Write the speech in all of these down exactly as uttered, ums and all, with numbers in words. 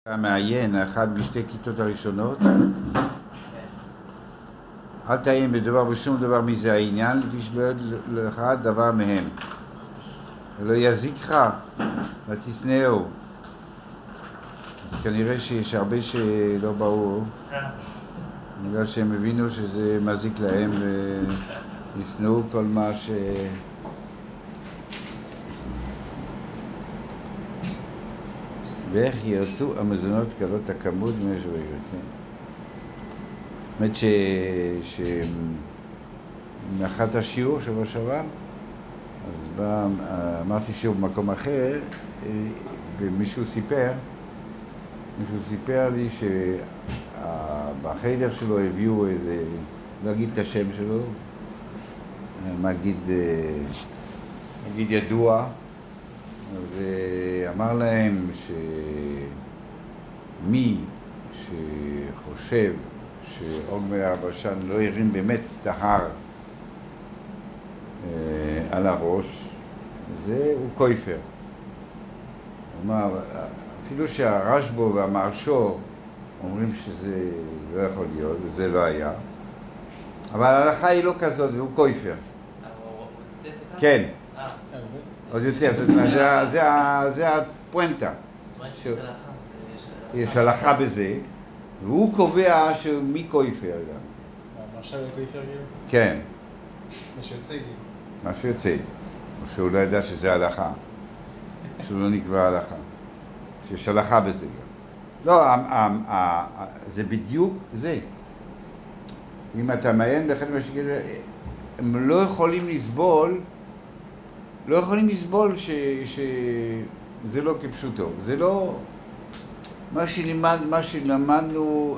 המעיין, אחד משתי כיתות הראשונות, אל תעיין בדבר בשום דבר מזה העניין, לפי שלא יהיה לך דבר מהם. ולא יזיקך, ותשנאו. אז כנראה שיש הרבה שלא באו, בגלל שהם הבינו שזה מזיק להם וישנאו כל מה ש... ואיך ירתו המזונות קלות הכמות משהו רגע, כן? זאת אומרת ש... ש... מאחת השיעור שבוע שעבר, אז בא, אמרתי שיעור במקום אחר, ומישהו סיפר, מישהו סיפר לי שבחדר שלו הביאו איזה, לא אגיד את השם שלו, מגיד, מגיד ידוע, ואמר להם שמי שחושב שעוג מלך הבשן לא הרים באמת את ההר על הראש, זה הוא קויפר. כלומר, אפילו שהרשב"א והמהרש"א אומרים שזה לא יכול להיות, וזה לא היה, אבל ההלכה היא לא כזאת, והוא קויפר. כן. עוד יותר, זה הפואנטה. יש הלכה בזה, והוא קובע שמי קויפר גם. המרש"ל קויפר כאילו? כן. מה שיוצא כאילו. מה שיוצא. או שהוא לא ידע שזה הלכה. שהוא לא נקבע הלכה. שיש הלכה בזה גם. לא, זה בדיוק זה. אם אתה מעיין באחד מהשגיאות, הם לא יכולים לסבול, לא יכולים לסבול שזה לא כפשוטו. זה לא... מה שלימד, מה שלמדנו,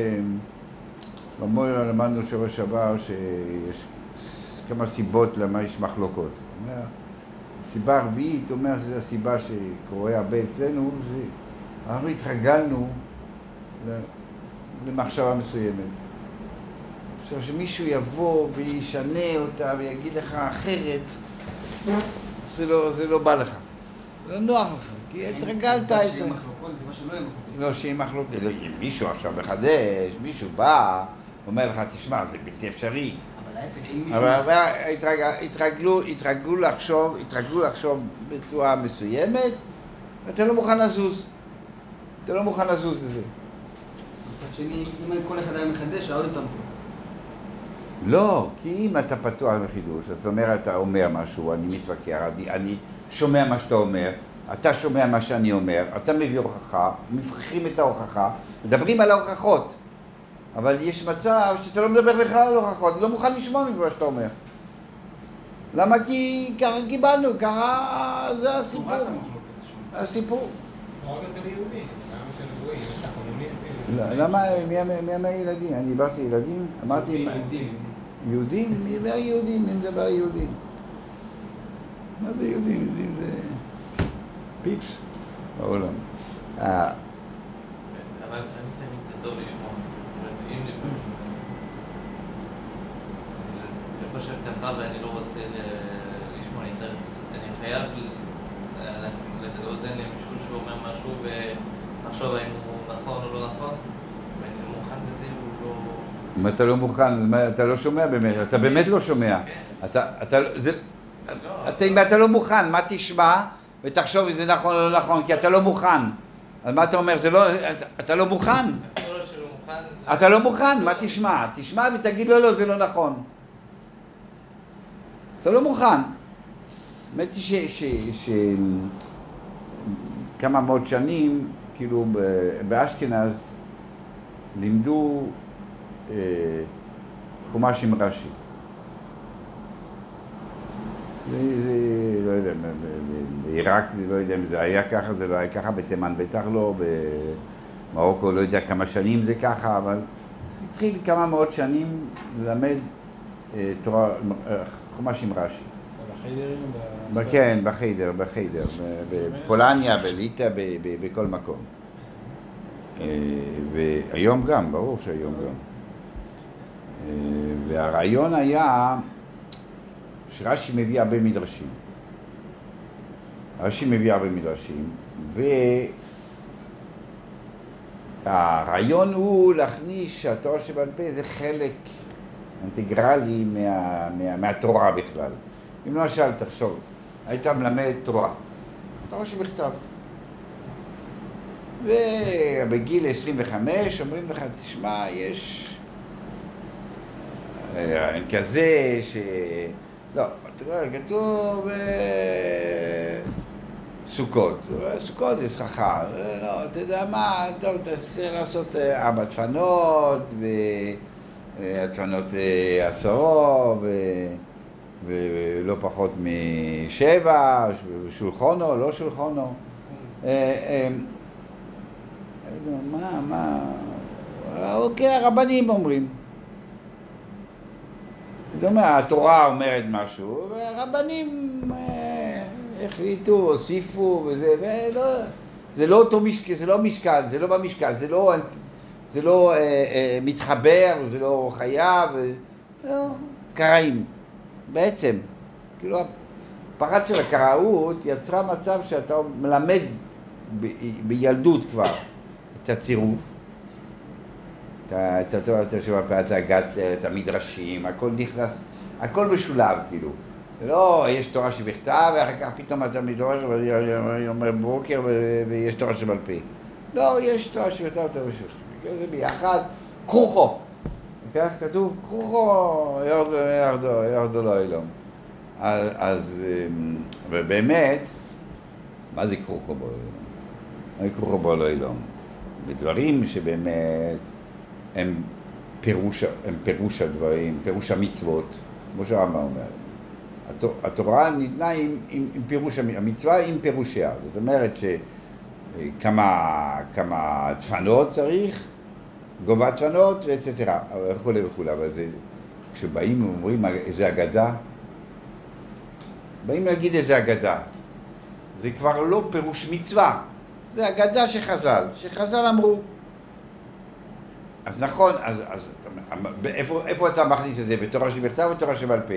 במויר למדנו שבוע שעבר שיש כמה סיבות למה יש מחלוקות. הסיבה הרביעית, אומר שזו הסיבה שקורה הרבה אצלנו, אנחנו התרגלנו למחשבה מסוימת. עכשיו שמישהו יבוא וישנה אותה ויגיד לך אחרת, זה לא, זה לא בא לך. לא נוח לך, כי התרגלת את זה. שיהיה מחלוקות, זה מה שלא יהיה מחלוקות. לא, שיהיה מחלוקות. אם מישהו עכשיו מחדש, מישהו בא, אומר לך, תשמע, זה בלתי אפשרי. אבל ההפך, אם מישהו... אבל התרגלו, התרגלו לחשוב, התרגלו לחשוב בצורה מסוימת, ואתה לא מוכן לזוז. אתה לא מוכן לזוז בזה. מצד שני, אם כל אחד היה מחדש, עוד יותר טוב. לא, כי אם אתה פתוח לחידוש, זאת אומרת, אתה אומר משהו, אני מתווכח, אני, אני שומע מה שאתה אומר, אתה שומע מה שאני אומר, אתה מביא הוכחה, מפריכים את ההוכחה, מדברים על ההוכחות, אבל יש מצב שאתה לא מדבר בכלל על ההוכחות, אתה לא מוכן לשמוע ממה שאתה אומר. למה? כי ככה קיבלנו, ככה זה הסיפור. הסיפור. רק אצל יהודים, גם אצל גויים, קומוניסטים. למה? מי אמר ילדים? אני דיברתי ילדים? אמרתי יהודים. יהודים? מי מדבר יהודים? מי מדבר יהודים? מה זה יהודים? יהודים זה פיפס בעולם. אבל אני תמיד זה טוב לשמוע. אם אני חושב ככה ואני לא רוצה לשמוע, אני חייב לתת אוזן למישהו שאומר משהו ולחשוב האם הוא נכון או לא נכון, ואני לא מוכן לזה, הוא לא... אם אתה לא מוכן, אתה לא שומע באמת, אתה באמת לא שומע. אם אתה לא מוכן, מה תשמע ותחשוב אם זה נכון או לא נכון, כי אתה לא מוכן. אז מה אתה אומר? אתה לא מוכן. אתה לא מוכן, מה תשמע? תשמע ותגיד לא, לא, זה לא נכון. אתה לא מוכן. האמת היא שכמה מאות שנים, כאילו באשכנז, לימדו חומש עם רש"י. זה, לא יודע, בעיראק זה לא יודע אם זה היה ככה, זה לא היה ככה, בתימן בטח לא, במרוקו לא יודע כמה שנים זה ככה, אבל התחיל כמה מאות שנים ללמד תורה, חומש עם רש"י. בחיידרים? כן, בחיידר, בחיידר, בפולניה, בליטא, בכל מקום. והיום גם, ברור שהיום גם. והרעיון היה שרש"י מביא הרבה מדרשים. רש"י מביא הרבה מדרשים, הרעיון הוא להכניס שהתורה שבעל פה זה חלק אינטגרלי מה, מה, מהתורה בכלל. אם למשל, תחשוב, היית מלמד תורה, תורה שבכתב. ובגיל עשרים וחמש אומרים לך, תשמע, יש כזה ש... לא, כתוב סוכות, סוכות זה סככה, לא, אתה יודע מה, טוב, תעשה לעשות ארבע דפנות, והדפנות עשרו, ולא פחות משבע, שולחונו, לא שולחונו. מה, מה, אוקיי, הרבנים אומרים. זאת אומרת, התורה אומרת משהו, והרבנים החליטו, הוסיפו, וזה, ולא, זה לא אותו משקל, זה לא משקל, זה לא במשקל, זה לא, זה לא אה, אה, מתחבר, זה לא חייב, לא, קראים, בעצם. כאילו, הפרט של הקראות יצרה מצב שאתה מלמד ב, בילדות כבר את הצירוף, את התורה, את ההגת, את המדרשים, הכל נכנס, הכל משולב, כאילו. לא, יש תורה שבכתב, ואחר כך פתאום אתה מתעורר ואומר בוקר ויש תורה שבעל פה. לא, יש תורה שבכתב, תורה שבכתב. זה ביחד, כרוכו. כך כתוב, כרוכו, ירדו, ירדו, ירדו לא אילום. אז, ובאמת, מה זה כרוכו בו אילום? מה זה כרוכו בו לא אילום? בדברים שבאמת הם פירוש, הם פירוש הדברים, פירוש המצוות, כמו שהרמב"ם אומר. התורה ניתנה עם, עם, עם פירוש המצווה, עם פירושיה. זאת אומרת שכמה כמה דפנות צריך, גובה דפנות ואצטרה, וכו' וכו'. אבל זה, כשבאים ואומרים איזה אגדה, באים להגיד איזה אגדה. זה כבר לא פירוש מצווה, זה אגדה שחז"ל, שחז"ל אמרו. אז נכון, אז, אז איפה, איפה אתה מכניס את זה? בתורה שבכתב או תורה שבעל פה?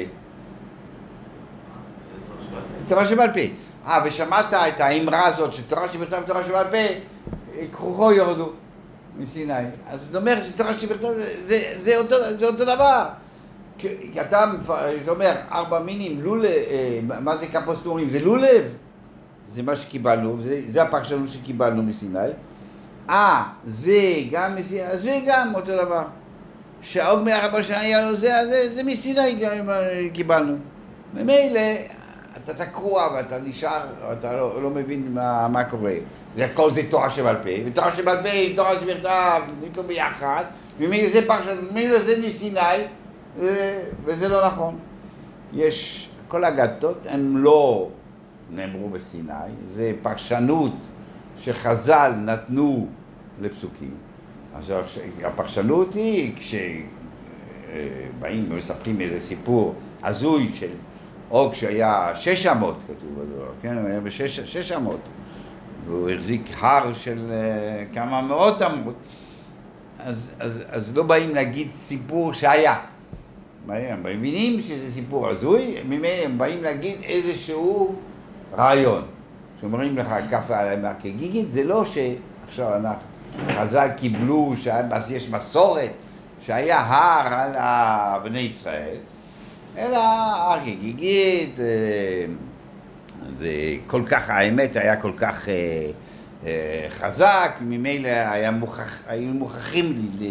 תורה שבעל פה. אה, ושמעת את האמרה הזאת שתורה שבכתב ותורה שבעל פה, כרוכו יורדו מסיני. אז זאת אומרת שתורה שבכתב זה, זה, אותו, זה אותו דבר. כי אתה אומר, ארבע מינים, לולב, מה זה כפוסטורים? זה לולב. זה מה שקיבלנו, זה, זה הפרשנות שקיבלנו מסיני. אה, זה גם מסיני, זה גם אותו דבר. שהעוג מארבע שנה היה לו זה, זה, זה מסיני גם קיבלנו. ממילא, אתה תקרוע ואתה נשאר, אתה לא, לא מבין מה, מה קורה. זה הכל זה תורה שבעל פה, ותורה שבעל פה עם תורה שבכתב, ניתנו ביחד, ממילא זה פרשנות, ממילא זה מסיני, וזה לא נכון. יש, כל הגדות הן לא נאמרו בסיני, זה פרשנות שחז"ל נתנו לפסוקים. אז הפרשנות היא כשבאים ומספרים איזה סיפור הזוי של או כשהיה שש אמות, כתוב בדבר, כן? הוא היה בשש, שש אמות, והוא החזיק הר של כמה מאות אמות, אז, אז, אז לא באים להגיד סיפור שהיה. הם מבינים שזה סיפור הזוי, הם באים להגיד איזשהו רעיון. שאומרים לך כף עליהם כגיגית, זה לא שעכשיו אנחנו, חז"ל קיבלו, אז יש מסורת שהיה הר על בני ישראל, אלא הר כגיגית, זה כל כך, האמת היה כל כך חזק, ממילא היה מוכח, היו מוכרחים ל...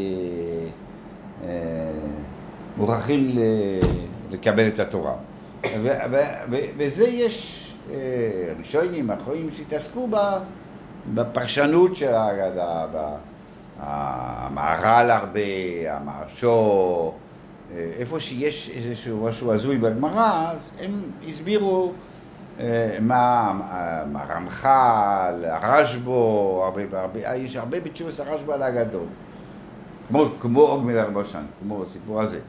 מוכרחים לקבל את התורה. וזה יש ראשונים, אחרים שהתעסקו בפרשנות של האגדה, המהר"ל הרבה, המהרש"א, איפה שיש איזשהו משהו הזוי בגמרא, אז הם הסבירו מה הרמח"ל, הרשב"א, יש הרבה בתשובות הרשב"א על האגדות, כמו עוג מארבשן, כמו הסיפור הזה.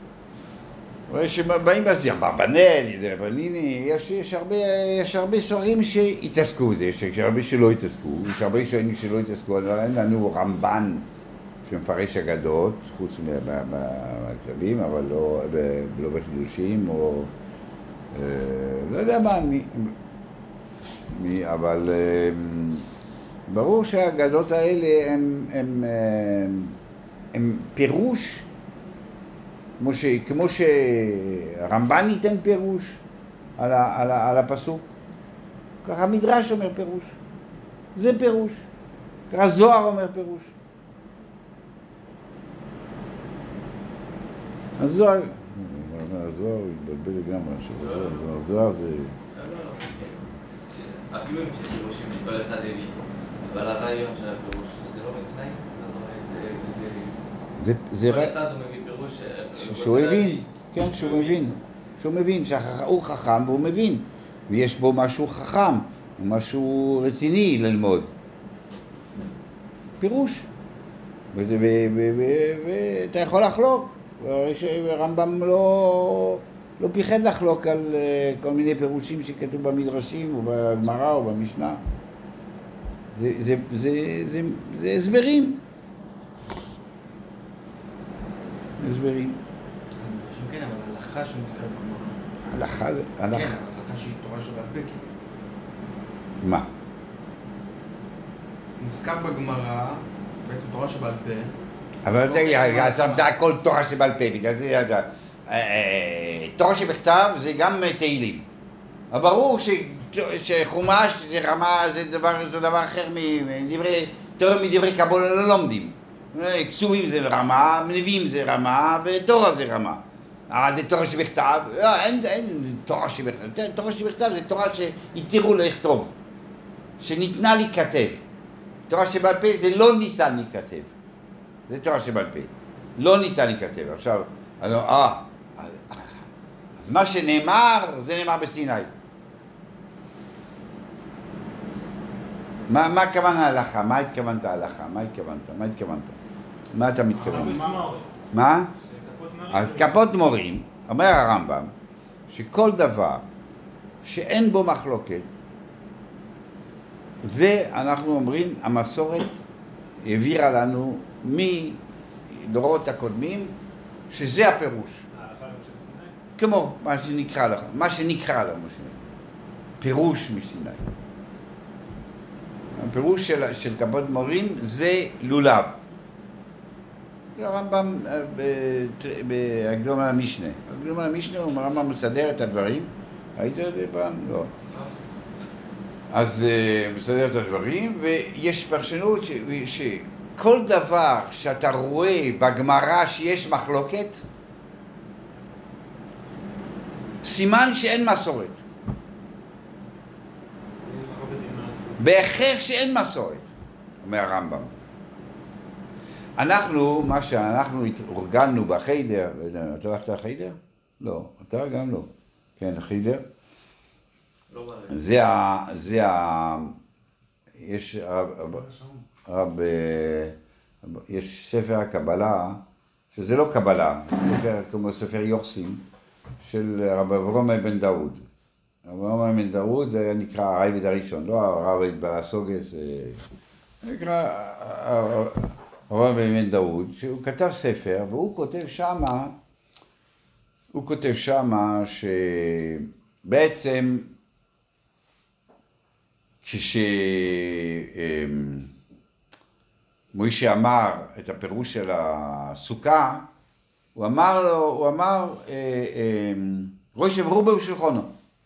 שבאים להסביר, באברבנאל, ידרבניני, יש, יש, הרבה, יש הרבה ספרים שהתעסקו בזה, יש הרבה שלא התעסקו, יש הרבה שנים שלא התעסקו, אין לנו רמב"ן שמפרש אגדות, חוץ מהכתבים, אבל לא, לא בחידושים, או לא יודע מה, מי, מי, אבל ברור שהאגדות האלה הם, הם, הם, הם פירוש, כמו, ש, כמו שהרמב"ן ייתן פירוש על, ה, על, ה, על הפסוק, ככה המדרש אומר פירוש, זה פירוש, ככה זוהר אומר פירוש. הזוהר, הזוהר התבלבל לגמרי, הזוהר זה... אפילו אם יש פירושים שכל אחד הביא, אבל הרעיון של הפירוש זה לא מסיני, זה... כל אחד הוא מביא פירוש... שהוא הבין, כן, שהוא מבין, שהוא מבין, שהוא חכם והוא מבין, ויש בו משהו חכם, משהו רציני ללמוד. פירוש. ואתה יכול לחלוק. הרמב"ם לא, לא פיחד לחלוק על כל מיני פירושים שכתוב במדרשים או בגמרא או במשנה. זה, זה, זה, זה, זה הסברים. הסברים. כן, אבל הלכה שמוזכר בגמרא. הלכה? כן, אבל הלכה שהיא תורה שבעל פה. מה? מוזכר בגמרא, בעצם תורה שבעל פה. אבל אתה שמת הכל תורה שבעל פה, בגלל זה תורה שבכתב זה גם תהילים. אבל ברור שחומש זה רמה, זה דבר אחר מדברי, תורה מדברי קבלה לא לומדים. כתובים זה רמה, נביאים זה רמה, ותורה זה רמה. אז זה תורה שבכתב, אין תורה שבכתב, תורה שבכתב זה תורה שהתירו לכתוב, שניתנה להיכתב. תורה שבעל פה זה לא ניתן להיכתב. זה תורה שבעל פה. לא ניתן להיכתב. עכשיו, אז, אה, אז, אז מה שנאמר, זה נאמר בסיני. מה, מה הכוונה הלכה? מה התכוונת הלכה? מה התכוונת? מה התכוונת? מה אתה מתכוון? מה? אז כפות מורים, אומר הרמב"ם, שכל דבר שאין בו מחלוקת, זה אנחנו אומרים, המסורת העבירה לנו מדורות הקודמים, שזה הפירוש. כמו מה שנקרא לך, מה שנקרא לנו, פירוש מסיני. הפירוש של, של כפות מורים זה לולב. הרמב"ם בהקדום על המשנה. בהקדום על המשנה הוא הרמב"ם מסדר את הדברים. ראית את זה פעם? לא. אז מסדר את הדברים, ויש פרשנות ש, שכל דבר שאתה רואה בגמרא שיש מחלוקת, סימן שאין מסורת. בהכרח שאין מסורת, אומר הרמב"ם. אנחנו, מה שאנחנו התארגנו בחיידר, לא יודע, אתה הלכת לחיידר? לא, אתה גם לא. כן, חיידר. זה ה... זה ה... יש רב... רב... יש ספר הקבלה, שזה לא קבלה, ספר כמו ספר יוחסין, של רב אברהם בן דאוד. רב אברהם בן דאוד זה נקרא הרייבד הראשון, לא הרב בלסוגס, זה נקרא הרב בן דאוד, שהוא כתב ספר, והוא כותב שמה, הוא כותב שמה שבעצם כשמוישה אמר את הפירוש של הסוכה, הוא אמר לו, הוא אמר, ראש ורובו בשולחנו.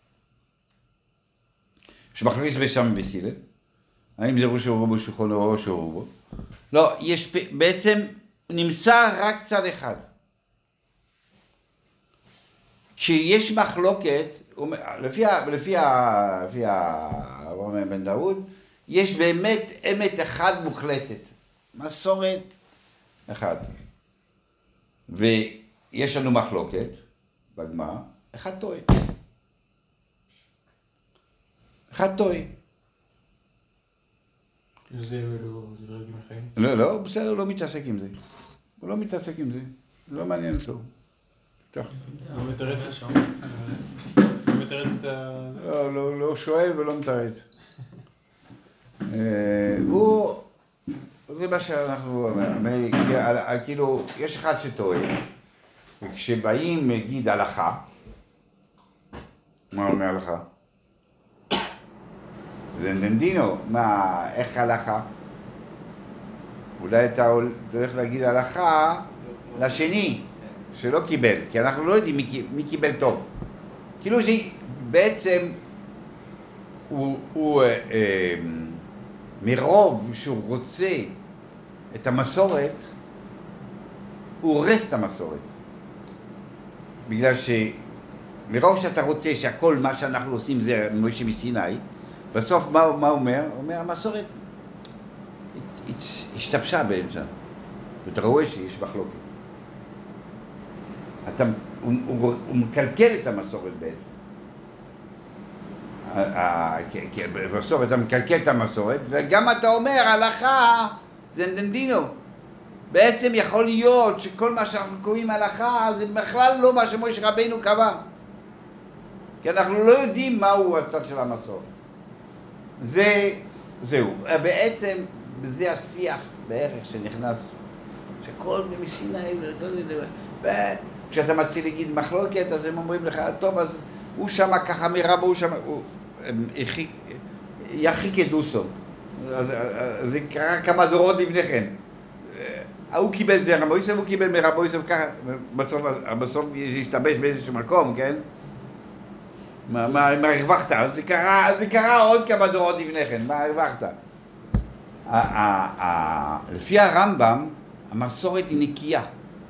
שמחליט בשם בסילה. האם זה ראש ורובו בשולחנו או ראש ורובו? לא, יש, בעצם נמצא רק צד אחד. כשיש מחלוקת, לפי, לפי, לפי הרב בן דאוד, יש באמת אמת אחת מוחלטת. מסורת אחת. ויש לנו מחלוקת בגמרא, אחד טועה. אחד טועה. זה לא דברים אחרים? לא, לא, בסדר, לא מתעסק עם זה. הוא לא מתעסק עם זה. לא מעניין אותו. הוא מתרץ את שם. הוא מתרץ את ה... לא, לא שואל ולא מתרץ. הוא... זה מה שאנחנו אומרים, כאילו, יש אחד שטועה, וכשבאים להגיד הלכה, מה אומר לך? זנדנדינו, מה, איך הלכה? אולי אתה הולך להגיד הלכה לשני, שלא קיבל, כי אנחנו לא יודעים מי, מי קיבל טוב. כאילו שבעצם הוא, הוא אה, אה, מרוב שהוא רוצה את המסורת, הוא הורס את המסורת. בגלל שמרוב שאתה רוצה שהכל מה שאנחנו עושים זה משה מסיני, בסוף מה, מה הוא אומר? הוא אומר, המסורת השתבשה באמצע. ואתה רואה שיש מחלוקת. אתה, הוא, הוא, הוא מקלקל את המסורת בעצם. בסוף אתה מקלקל את המסורת, וגם אתה אומר, הלכה זה נדנדינו. בעצם יכול להיות שכל מה שאנחנו קוראים הלכה זה בכלל לא מה שמשה רבינו קבע. כי אנחנו לא יודעים מהו הצד של המסורת. זה, זהו. בעצם זה השיח בערך שנכנס, שכל מסיני וכל זה, וכשאתה מתחיל להגיד מחלוקת, אז הם אומרים לך, טוב, אז הוא שמה ככה מרבו, הוא שמה, הוא יחיק את דוסו. אז זה קרה כמה דורות לפני כן. הוא קיבל זה רבו יוסף, הוא קיבל מרבו יוסף ככה, בסוף, בסוף ישתבש באיזשהו מקום, כן? מה, מה, מה הרווחת? זה קרה, זה קרה עוד כמה דורות לפני כן, מה הרווחת? לפי הרמב"ם, המסורת היא נקייה.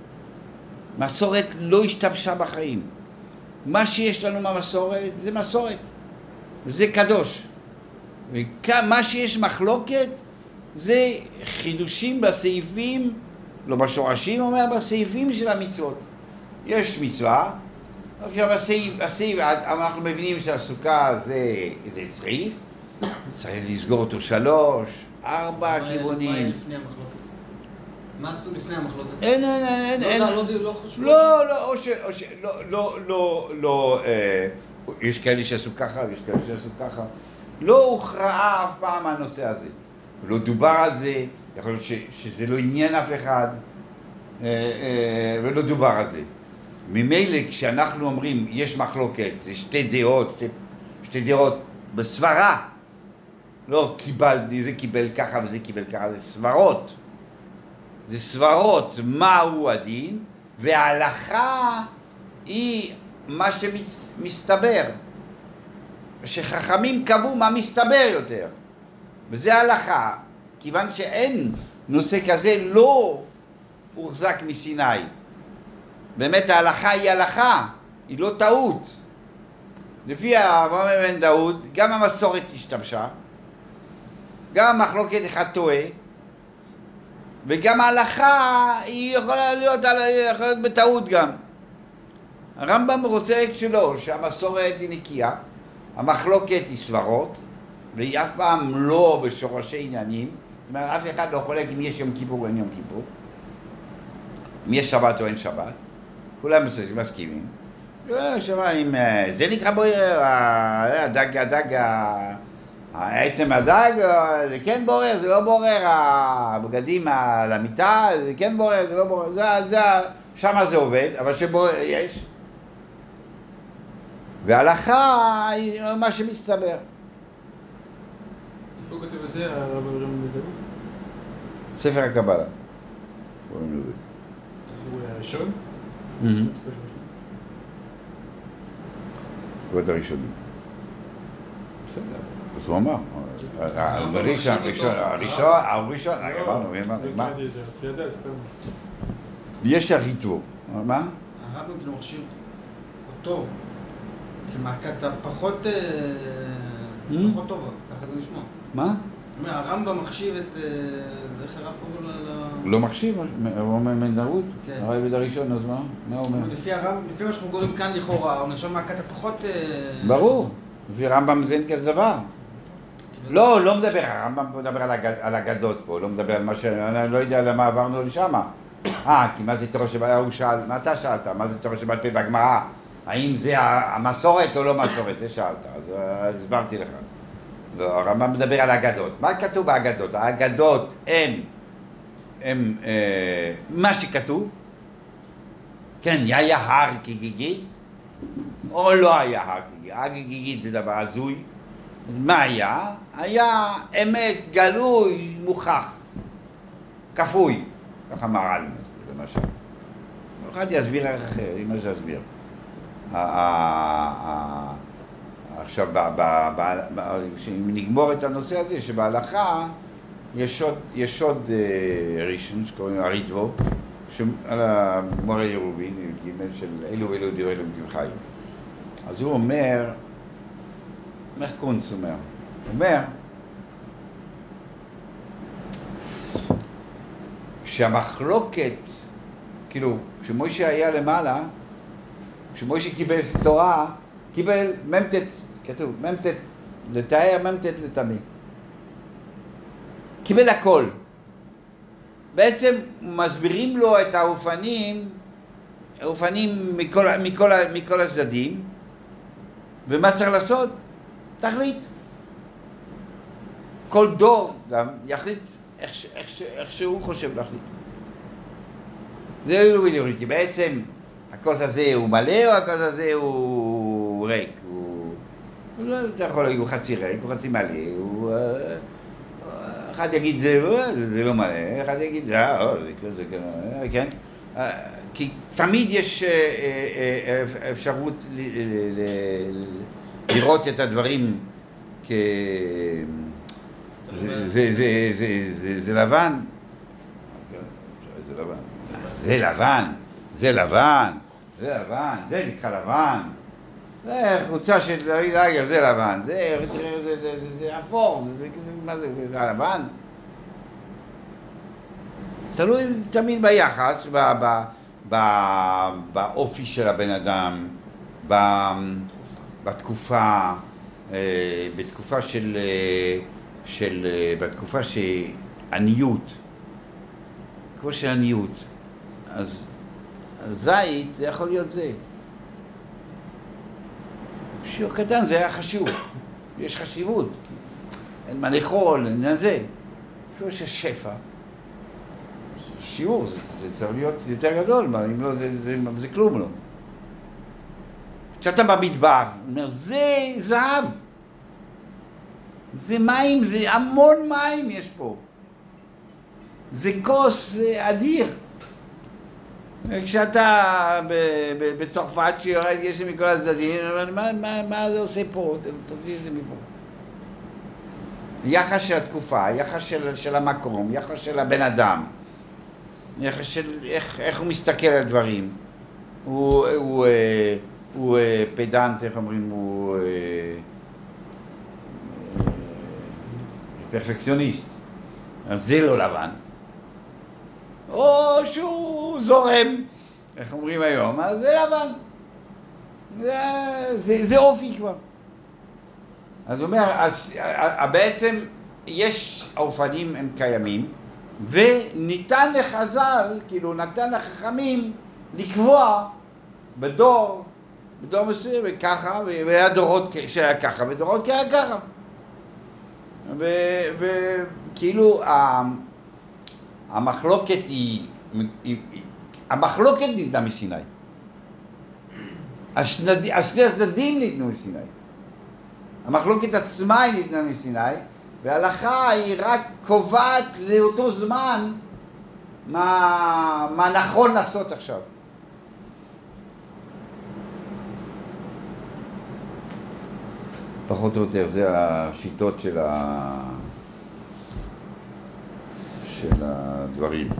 מסורת לא השתבשה בחיים. מה שיש לנו מהמסורת זה מסורת. זה קדוש. ומה שיש מחלוקת זה חידושים בסעיפים, לא בשורשים, אומר בסעיפים של המצוות. יש מצווה, עכשיו הסעיף, הסעיף, אנחנו מבינים שהסוכה זה, זה צריף, צריך לסגור אותו שלוש, ארבע כיוונים. מה היה לפני המחלוקת? מה עשו לפני המחלוקת? אין, אין, אין, אין. לא, לא, לא חשוב. לא, לא, או ש... או ש... לא, לא, לא, לא, אה, יש כאלה שעשו ככה, ויש כאלה שעשו ככה. לא הוכרעה אף פעם הנושא הזה. לא דובר על זה, יכול להיות ש, שזה לא עניין אף אחד, אה, אה, ולא דובר על זה. ממילא כשאנחנו אומרים יש מחלוקת, זה שתי דעות, שתי, שתי דעות בסברה, לא קיבל, זה קיבל ככה וזה קיבל ככה, זה סברות. זה סברות מהו הדין, וההלכה היא מה שמסתבר. שחכמים קבעו מה מסתבר יותר. וזה ההלכה, כיוון שאין נושא כזה לא הוחזק מסיני. באמת ההלכה היא הלכה, היא לא טעות. לפי אברהם בן דוד, גם המסורת השתבשה, גם המחלוקת אחד טועה, וגם ההלכה היא יכולה להיות, יכולה להיות בטעות גם. הרמב"ם רוצה שלו, שהמסורת היא נקייה, המחלוקת היא סברות, והיא אף פעם לא בשורשי עניינים. זאת אומרת, אף אחד לא חולק אם יש יום כיפור או אין יום כיפור, אם יש שבת או אין שבת, כולם מסכימים. אם זה נקרא בוער, הדג, הדג, העצם הדג, זה כן בורר, זה לא בורר, הבגדים על המיטה, זה כן בורר, זה לא בורר, זה, זה, שמה זה עובד, אבל שבורר יש. וההלכה היא מה שמסתבר. איפה הוא כותב את זה, הרב אברהם בן דוד? ספר הקבלה. הוא הראשון? כבוד הראשונים. בסדר, אז הוא אמר. הראשון, הראשון, הראשון, אמרנו, מה? יש הריטור, מה? הרמב"ם כאילו מחשיב אותו כמעקת פחות פחות טובה, ככה זה נשמע. מה? הרמב"ם מחשיב את... איך הרב קוראים ל... לא מחשיב, הוא אומר בן דוד? הרב הראשון, אז מה? מה הוא אומר? לפי הרמב"ם, לפי מה שאנחנו קוראים כאן לכאורה, הוא נרשם מעקת הפחות... ברור, לפי הרמב"ם זה אין כזה דבר. לא, לא מדבר, הרמב"ם מדבר על אגדות פה, לא מדבר על מה ש... אני לא יודע למה עברנו לשם. אה, כי מה זה תורה שבעל... הוא שאל, מה אתה שאלת? מה זה תורה שבעל פה בגמרא? האם זה המסורת או לא מסורת? זה שאלת, אז הסברתי לך. לא, הרמב"ם מדבר על אגדות. מה כתוב באגדות? האגדות הם, הם אה, מה שכתוב, כן, היה הר כגיגית, או לא היה הר כגיגית. הר כגיגית זה דבר הזוי, מה היה? היה אמת, גלוי, מוכח, כפוי, ככה מר"ל למשל. אחד יסביר איך אחר, אם מה שיסביר. עכשיו, אם נגמור את הנושא הזה, שבהלכה יש עוד, יש עוד ראשון שקוראים לו הריטבו, על המורה ירובין, ג' של אלו ואלו דברי אלוקים חיים. אז הוא אומר, איך קונץ אומר? הוא אומר שהמחלוקת, כאילו, כשמוישה היה למעלה, כשמוישה קיבל תורה, קיבל ממתת, כתוב, ממתת לתאר, ממתת לטמא. קיבל הכל. בעצם מסבירים לו את האופנים, האופנים מכל, מכל, מכל הצדדים, ומה צריך לעשות? תחליט. כל דור גם יחליט איך, איך, איך שהוא חושב להחליט. זה לא בדיוק, כי בעצם הכוס הזה הוא מלא או הכוס הזה הוא ריק. הוא, אתה יכול להגיד, הוא חצי ריק, הוא חצי מלא, הוא... אחד יגיד זה, זה לא מלא, אחד יגיד זה, זה כזה, כן? כי תמיד יש אפשרות לראות את הדברים כ... זה לבן. זה לבן, זה לבן, זה לבן, זה נקרא לבן. זה חוצה של דוד אייגר, זה לבן, זה, תראה, זה, זה, זה, זה אפור, זה, זה, זה, מה זה, זה, זה לבן. תלוי תמיד ביחס, ב, ב, ב, באופי של הבן אדם, ב, בתקופה, בתקופה של, של, בתקופה של עניות, תקופה של עניות. אז זית זה יכול להיות זה. שיעור קטן זה היה חשוב, יש חשיבות, אין מה לאכול, אין זה. שיעור של שפע. שיעור, זה, זה צריך להיות יותר גדול, אם לא זה, זה, זה, זה כלום לא. כשאתה במדבר, הוא אומר, זה זהב. זה מים, זה המון מים יש פה. זה כוס, זה אדיר. כשאתה בצרפת שיורד יש לי מכל הצדדים, מה, מה, מה זה עושה פה? תזיז את זה מפה. יחס של התקופה, יחס של, של המקום, יחס של הבן אדם, יחס של איך, איך הוא מסתכל על דברים. הוא, הוא, הוא, הוא פדנט, איך אומרים, הוא פרפקציוניסט. אז זה לא לבן. או שהוא זורם, איך אומרים היום, אז זה לבן. זה, זה, זה אופי כבר. אז הוא אומר, אז, בעצם יש האופנים הם קיימים, וניתן לחז"ל, כאילו נתן לחכמים, לקבוע בדור, בדור מסוים, וככה, והיה דורות שהיה ככה, ודורות שהיה ככה. וכאילו, המחלוקת היא, המחלוקת ניתנה מסיני. השני הצדדים ניתנו מסיני. המחלוקת עצמה היא ניתנה מסיני, וההלכה היא רק קובעת לאותו זמן מה, מה נכון לעשות עכשיו. פחות או יותר, זה השיטות של ה... של הדברים.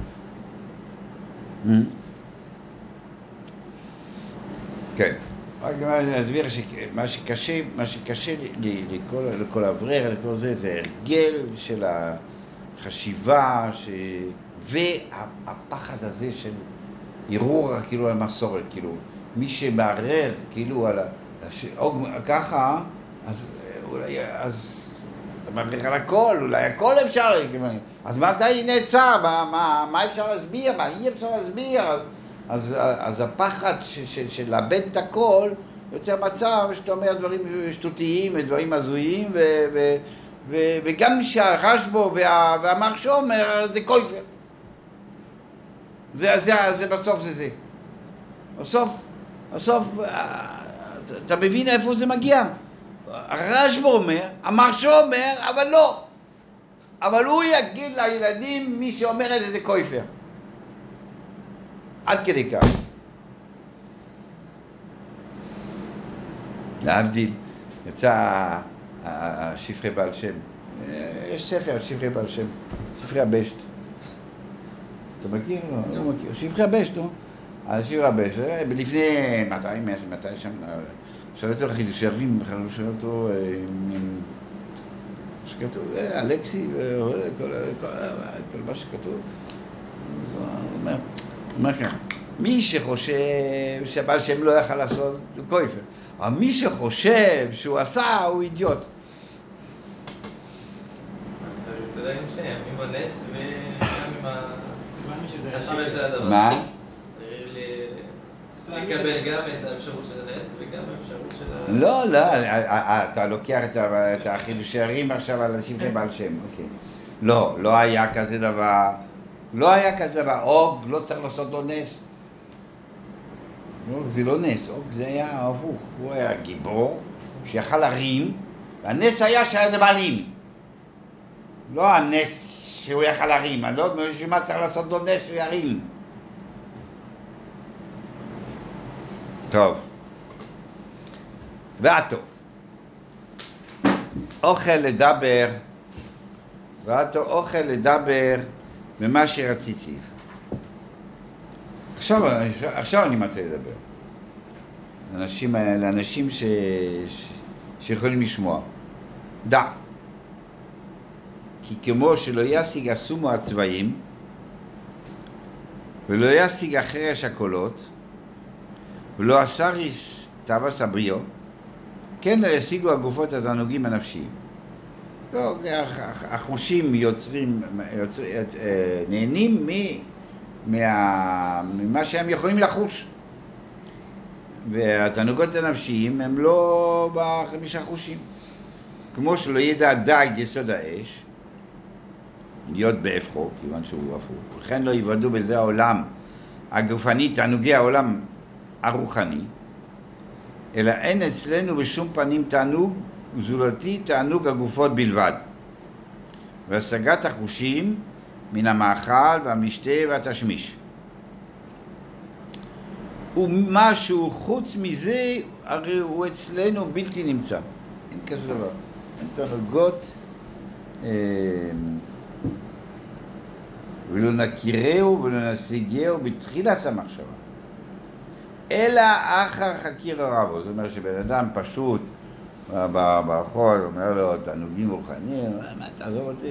כן. רק אני אסביר שמה שקשה, מה שקשה לכל, לכל אברר, לכל זה, זה הרגל של החשיבה, ש... והפחד הזה של ערעור כאילו על המסורת, כאילו, מי שמערער כאילו על ה... או ככה, אז אולי, אז אתה מערער על הכל, אולי הכל אפשר, אז מה אתה נעצר, מה, מה, מה אפשר להסביר, מה אי אפשר להסביר, אז, אז הפחד ש, ש, של לאבד את הכל יוצר מצב שאתה אומר דברים שטותיים ודברים הזויים, ו, ו, ו, וגם שהרשב"א וה, והמרש"א אומר זה קויפר. זה, זה, זה בסוף זה זה. בסוף, בסוף, אתה מבין איפה זה מגיע? הרשב"א אומר, המרש"א אומר, אבל לא. אבל הוא יגיד לילדים, מי שאומר את זה זה כופר. עד כדי כך. להבדיל, יצא השפרי בעל שם. יש ספר על שפרי בעל שם, שפרי הבשט. אתה מכיר? לא, לא מכיר. שפרי הבשט, נו. על שפרי הבשט, לפני מאתיים, מתי שם, שאלו אותו חידושי ערים, שאלו אותו, שכתוב, אלכסי, כל מה שכתוב. אז הוא אומר, הוא אומר כאן, מי שחושב שהבעל שם לא יכל לעשות, הוא כופר. אבל מי שחושב שהוא עשה, הוא אידיוט. אז זה מסתדר עם שניהם, עם הנס וגם עם ה... השמש של הדבר. מה? צריך לקבל גם את האפשרות של הנס וגם האפשרות של ה... לא, לא, אתה לוקח את החידושי ערים עכשיו על השפרי בעל שם, אוקיי. לא, לא היה כזה דבר, לא היה כזה דבר, אוג, לא צריך לעשות לו נס. זה לא נס, אוג זה היה הפוך, הוא היה גיבור שיכל להרים, והנס היה שהיה לבעלים. לא הנס שהוא יכל להרים, אני לא יודע מה צריך לעשות לו נס שהוא ירים. טוב. ועתו. אוכל לדבר, ועתו אוכל לדבר במה שרציתי. עכשיו, עכשיו אני מתחיל לדבר. לאנשים, לאנשים ש, ש, שיכולים לשמוע. דע. כי כמו שלא ישיג הסומו הצבעים, ולא ישיג החרש הקולות, ולא הסריס תאווס הבריאו, כן לא ישיגו הגופות התענוגים הנפשיים. לא, החושים יוצרים, יוצרים נהנים מ, מה, ממה שהם יכולים לחוש. והתענוגות הנפשיים הם לא בחמישה חושים. כמו שלא ידע דג יסוד האש, להיות בהפכו, כיוון שהוא הפוך. לכן לא יוודאו בזה העולם הגופני, תענוגי העולם הרוחני, אלא אין אצלנו בשום פנים תענוג זולתי תענוג הגופות בלבד. והשגת החושים מן המאכל והמשתה והתשמיש. ומשהו חוץ מזה, הרי הוא אצלנו בלתי נמצא. אין כזה דבר. אין תענוגות, אה, ולא נכירהו ולא נשיגהו בתחילת המחשבה. אלא אחר חקיר הרבו. זאת אומרת שבן אדם פשוט ברחוב אומר לו תענוגים רוחניים, מה תעזוב אותי?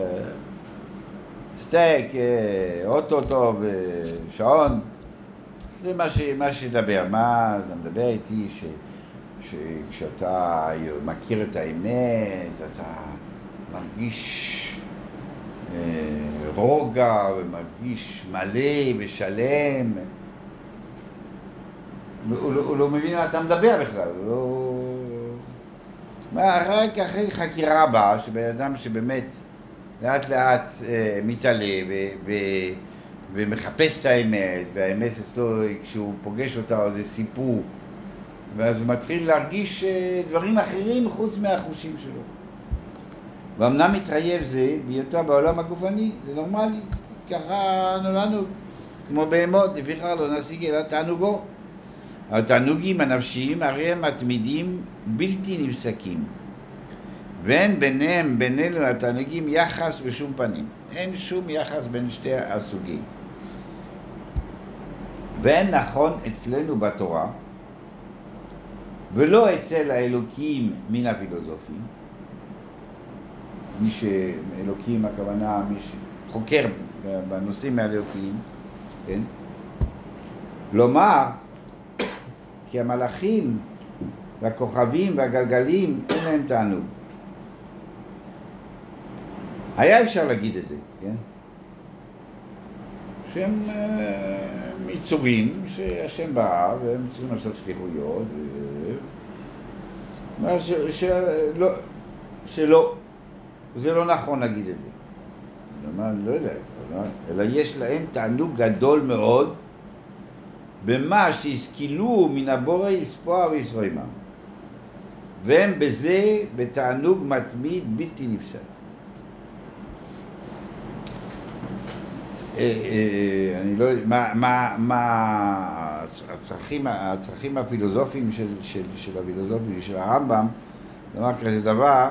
סטייק, אוטו טוב, שעון. זה מה, ש, מה שדבר. מה אתה מדבר איתי ש, שכשאתה מכיר את האמת, אתה מרגיש אה, רוגע ומרגיש מלא ושלם. הוא, הוא לא מבין מה אתה מדבר בכלל. הוא לא... רק אחרי חקירה הבאה, שבן אדם שבאמת לאט לאט אה, מתעלה ו, ו, ומחפש את האמת, והאמת אצלו, כשהוא פוגש אותה, זה סיפור, ואז הוא מתחיל להרגיש אה, דברים אחרים חוץ מהחושים שלו. ואמנם מתחייב זה, בהיותו בעולם הגופני, זה נורמלי, ככה נולדנו, כמו בהמות, לפיכך לא נשיג אלא תענוגו. התענוגים הנפשיים הרי הם מתמידים בלתי נפסקים, ואין ביניהם, בינינו התענוגים יחס בשום פנים. אין שום יחס בין שתי הסוגים. ואין נכון אצלנו בתורה, ולא אצל האלוקים מן הפילוסופים. מי שאלוקים הכוונה, מי שחוקר בנושאים האלוקיים, כן? לומר, כי המלאכים והכוכבים והגלגלים אין להם תענוג. היה אפשר להגיד את זה, כן? שהם יצורים שהשם בא והם צריכים לעשות שליחויות ו... ש... שלא, שלא, זה לא נכון להגיד את זה. אני לא יודע, אלא יש להם תענוג גדול מאוד במה שהשכילו מן הבורא יספוע וישרוי עמם. והם בזה בתענוג מתמיד בלתי נפסק. אני לא יודע, מה, מה, מה הצרכים, הצרכים הפילוסופיים של, של, של הפילוסופים של הרמב"ם, לומר כזה דבר,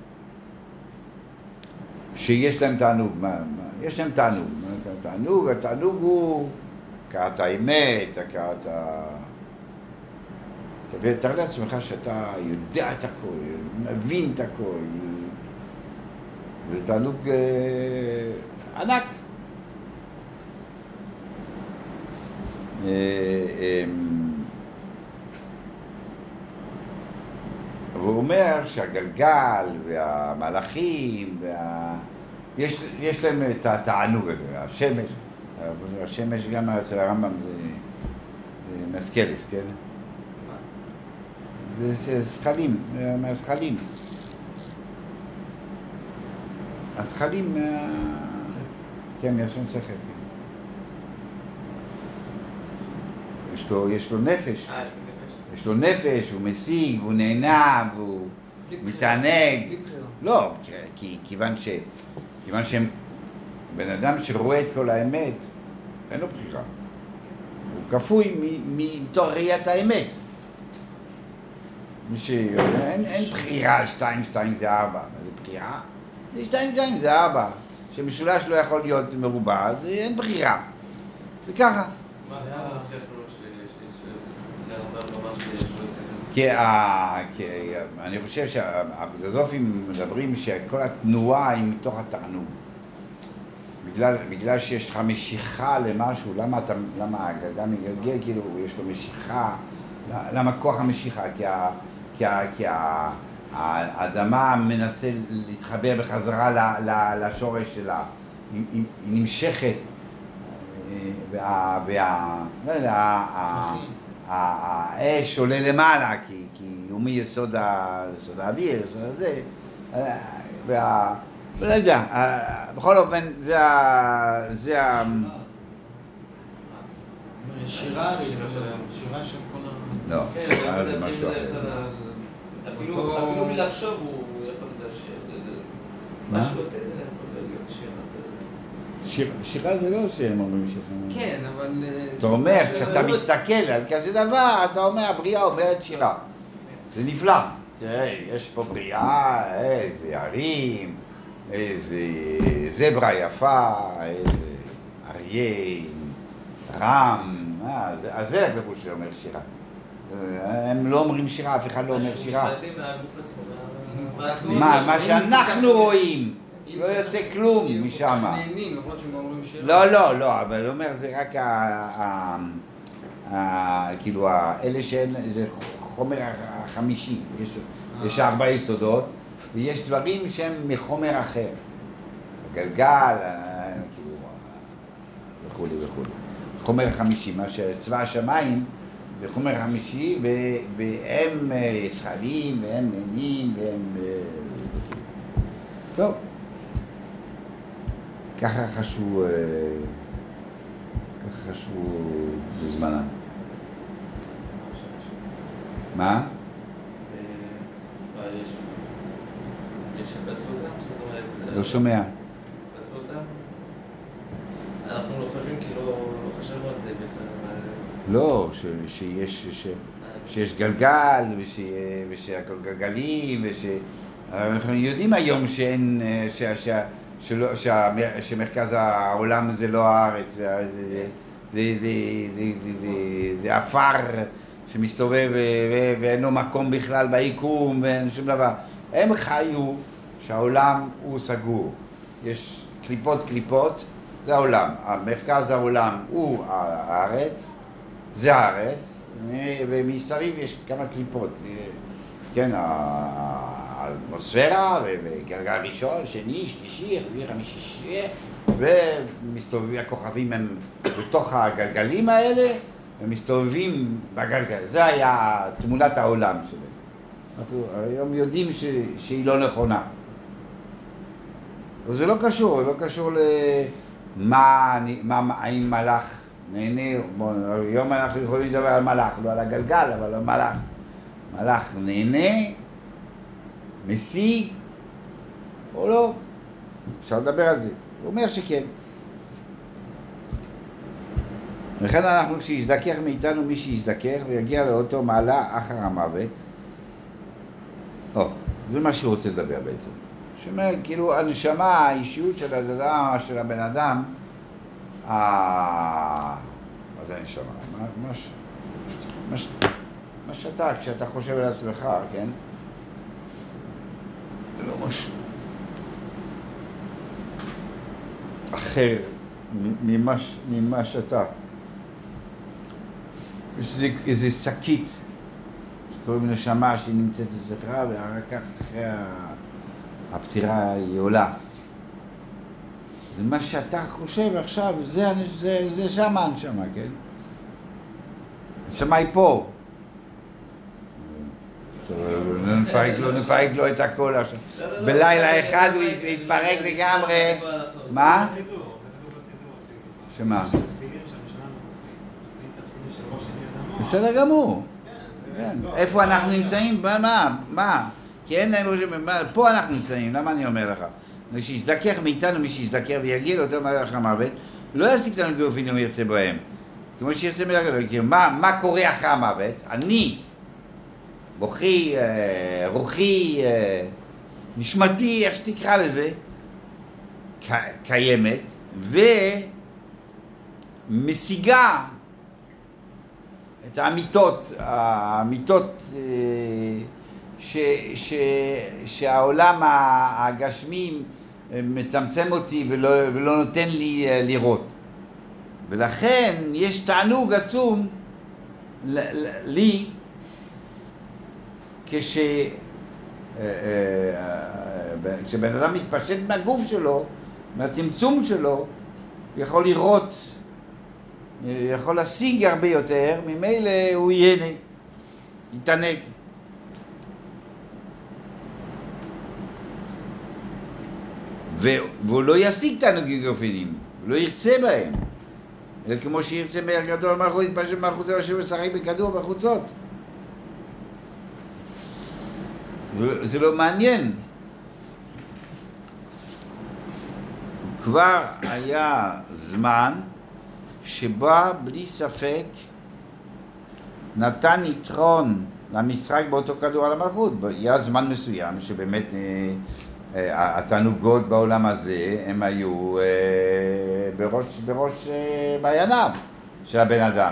שיש להם תענוג. מה, מה, יש להם תענוג. תענוג, התענוג הוא הכרת האמת, הכרת ה... תאר לעצמך שאתה יודע את הכל, מבין את הכל, זה תענוג אה, ענק. אה, אה, והוא אומר שהגלגל והמלאכים, וה... יש, יש להם את התענוג הזה, השמש, השמש גם אצל הרמב"ם זה, זה מסקלס, כן? זה, זה זכלים, מהזכלים. הזכלים, מה... כן, מהשום שכל. יש לו, יש לו נפש. יש לו נפש, הוא משיג, הוא נהנה, והוא מתענג. לא, כי, כיוון ש... כיוון שהם... בן אדם שרואה את כל האמת, אין לו בחירה. הוא כפוי מתוך ראיית האמת. מי ש... אין, אין בחירה, שתיים, שתיים זה ארבע. זה בחירה? זה שתיים, שתיים זה ארבע. שמשולש לא יכול להיות מרובע, אז אין בחירה. זה ככה. מה הכי לרמב"ם לומר שיש לו הישג? כי אני חושב שהפילוסופים מדברים שכל התנועה היא מתוך התענוג. בגלל, בגלל שיש לך משיכה למשהו, למה, אתה, למה הגלגל מגלגל, כאילו יש לו משיכה, למה כוח המשיכה? כי, ה, כי, ה, כי ה, האדמה מנסה להתחבר בחזרה ל, ל, לשורש שלה, היא, היא, היא נמשכת, וה, וה, לא יודע, האש עולה למעלה, כי, כי הוא מיסוד האוויר, יסוד הזה, וה... לא יודע, בכל אופן זה ה... זה ה... שירה, שירה של כל ה... לא, שירה זה משהו אחר. אפילו מלחשוב הוא יכול לדעת מה שהוא עושה זה יכול להיות שירה. שירה זה לא שהם אומרים שירה. כן, אבל... אתה אומר, כשאתה מסתכל על כזה דבר, אתה אומר, הבריאה אומרת שירה. זה נפלא. תראה, יש פה בריאה, איזה ערים, איזה זברה יפה, איזה אריה, רם, אז זה הפירוש שאומר שירה. הם לא אומרים שירה, אף אחד לא אומר שירה. מה, מה שאנחנו רואים, לא יוצא כלום משם. לא, לא, לא, אבל הוא אומר, זה רק כאילו, אלה שאין, זה חומר החמישי, יש ארבע יסודות. ויש דברים שהם מחומר אחר, הגלגל, כאילו, וכולי וכולי. חומר חמישי, מה שצבא השמיים זה חומר חמישי, והם זכלים, והם נהנים, והם... טוב. ככה חשבו, ככה חשבו בזמנם. מה? לא שומע. אנחנו לא חושבים כי לא חשבנו על זה בכלל. לא, שיש גלגל ושהכל גלגלים אנחנו יודעים היום שמרכז העולם זה לא הארץ, זה עפר שמסתובב ואין לו מקום בכלל ביקום ואין שום דבר. הם חיו שהעולם הוא סגור. יש קליפות קליפות, זה העולם. המרכז העולם הוא הארץ, זה הארץ, ומסביב יש כמה קליפות. כן, האטמוספירה, וגלגל ראשון, שני, שלישי, רביעי, חמישי, שישי, ומסתובבים, הכוכבים הם בתוך הגלגלים האלה, ומסתובבים בגלגל. זה היה תמונת העולם שלהם. אנחנו היום יודעים ש, שהיא לא נכונה. וזה לא קשור, לא קשור למה, מה, האם מלאך נהנה, בוא, היום אנחנו יכולים לדבר על מלאך, לא על הגלגל, אבל על מלאך. מלאך נהנה משיג או לא? אפשר לדבר על זה. הוא אומר שכן. לכן אנחנו, כשיזדכך מאיתנו מי שיזדכך ויגיע לאותו מעלה אחר המוות, או, זה מה שהוא רוצה לדבר בעצם. שאומר, כאילו, הנשמה, האישיות של האדם, של הבן אדם, מה זה הנשמה? מה, מה, ש... מה, ש... מה שאתה, כשאתה חושב על עצמך, כן? זה לא משהו אחר ממה, ממה שאתה. יש איזה, איזה שקית שקוראים נשמה שהיא נמצאת אצלך, ואחר כך אחרי הפטירה היא עולה. זה מה שאתה חושב עכשיו, זה, זה, זה שם הנשמה, כן? הנשמה היא פה. לא נפרק לו, נפרק לו את הכל עכשיו. בלילה אחד הוא יתפרק לגמרי. מה? שמה? בסדר גמור. איפה אנחנו נמצאים? מה? מה? כי אין להם ראש... פה אנחנו נמצאים, למה אני אומר לך? שיזדכך מאיתנו מי שיזדכך ויגיע לאותו מלך המוות, לא יסיק לנו באופן הוא ירצה בהם. כמו שירצה מלך, מה קורה אחרי המוות? אני, מוחי, רוחי, נשמתי, איך שתקרא לזה, קיימת, ומשיגה את האמיתות, האמיתות ש, ש, שהעולם הגשמי מצמצם אותי ולא, ולא נותן לי לראות. ולכן יש תענוג עצום לי כש, כשבן אדם מתפשט מהגוף שלו, מהצמצום שלו, הוא יכול לראות, יכול להשיג הרבה יותר, ממילא הוא ייהנה, יתענג. והוא לא ישיג תענוגים גופניים, הוא לא ירצה בהם. אלא כמו שירצה מהר גדול מהחוץ, יתפשט מהחוץ וישב לשחק בכדור בחוצות. זה, זה לא מעניין. כבר היה זמן שבא בלי ספק נתן יתרון למשחק באותו כדור על המלכות. היה זמן מסוים שבאמת התענוגות בעולם הזה הם היו בראש, בראש בעייניו של הבן אדם.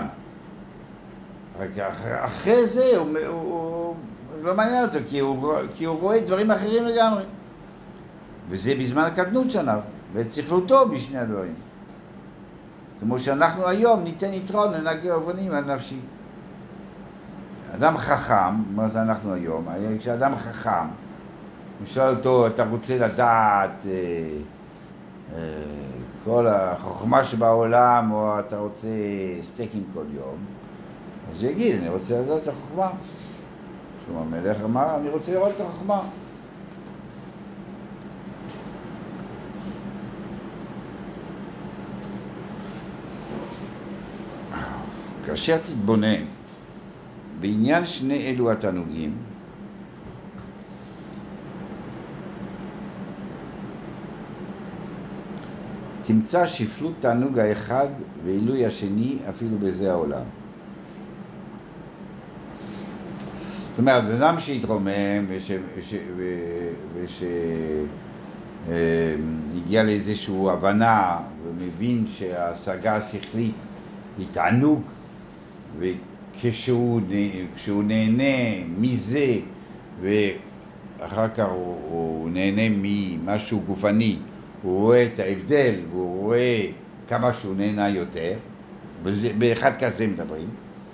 אחרי זה הוא, הוא לא מעניין אותו, כי הוא, כי הוא רואה דברים אחרים לגמרי. וזה בזמן הקטנות שלנו, וצריכלותו בשני הדברים. כמו שאנחנו היום ניתן יתרון לנהגי אבנים על נפשי. אדם חכם, מה זה אנחנו היום, כשאדם חכם, נשאל אותו, אתה רוצה לדעת אה, אה, כל החוכמה שבעולם, או אתה רוצה סטייקים כל יום, אז יגיד, אני רוצה לדעת את החוכמה. שלמה המלך אמר, אני רוצה לראות את החוכמה. כאשר תתבונן בעניין שני אלו התענוגים, תמצא שפלות תענוג האחד ועילוי השני אפילו בזה העולם. זאת אומרת, בן אדם שהתרומם ושהגיע לאיזושהי הבנה ומבין שההשגה השכלית היא תענוג, וכשהוא נהנה מזה ואחר כך הוא, הוא נהנה ממשהו גופני, הוא רואה את ההבדל והוא רואה כמה שהוא נהנה יותר, וזה, באחד כזה מדברים.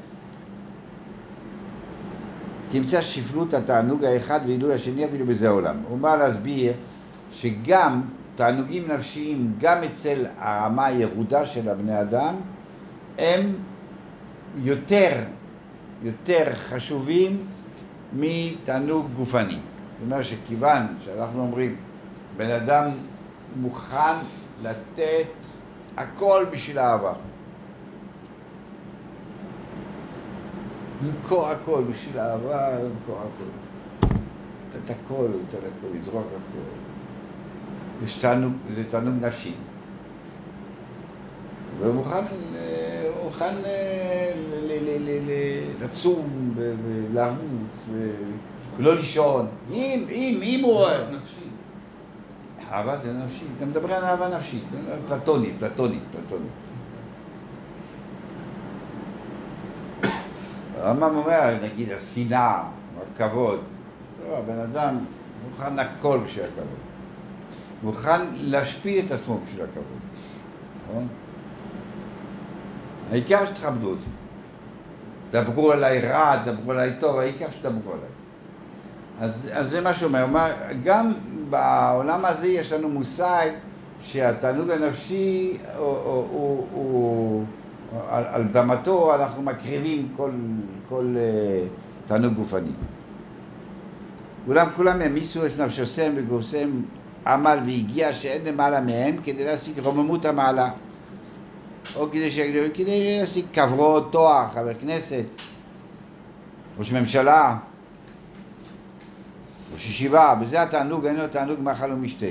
תמצא שפלות התענוג האחד ועילוי השני אפילו בזה העולם. הוא בא להסביר שגם תענוגים נפשיים, גם אצל הרמה הירודה של הבני אדם, הם יותר, יותר חשובים מתענוג גופני. זאת אומרת שכיוון שאנחנו אומרים, בן אדם מוכן לתת הכל בשביל האהבה. למכור הכל בשביל האהבה, למכור הכל. את הכל, את הכל, לזרוק הכל. יש תענוג, זה תענוג נפשי. והוא מוכן, הוא מוכן לצום ולרוץ ולא לישון. אם, אם, אם הוא... נפשי. אהבה זה נפשי, גם מדבר על אהבה נפשית, פלטונית, פלטונית, פלטונית. הרמב"ם אומר, נגיד, השנאה, הכבוד. לא, הבן אדם מוכן הכל בשביל הכבוד. מוכן להשפיל את עצמו בשביל הכבוד. נכון? העיקר שתכבדו אותי. דברו עליי רע, דברו עליי טוב, העיקר שתדברו עליי. אז, אז זה מה שאומר, אומר, גם בעולם הזה יש לנו מושג שהתענוג הנפשי, הוא, הוא, הוא, הוא, על, על במתו אנחנו מקריבים כל, כל uh, תענוג גופני. אולם כולם ימיסו את נפשוסם וגופסם עמל והגיע שאין למעלה מהם כדי להשיג רוממות המעלה. או כדי שיגדירו, כדי להשיג כבוד, תואר, חבר כנסת, ראש ממשלה, ראש ישיבה, וזה התענוג, אין לו תענוג מאכל ומשתה.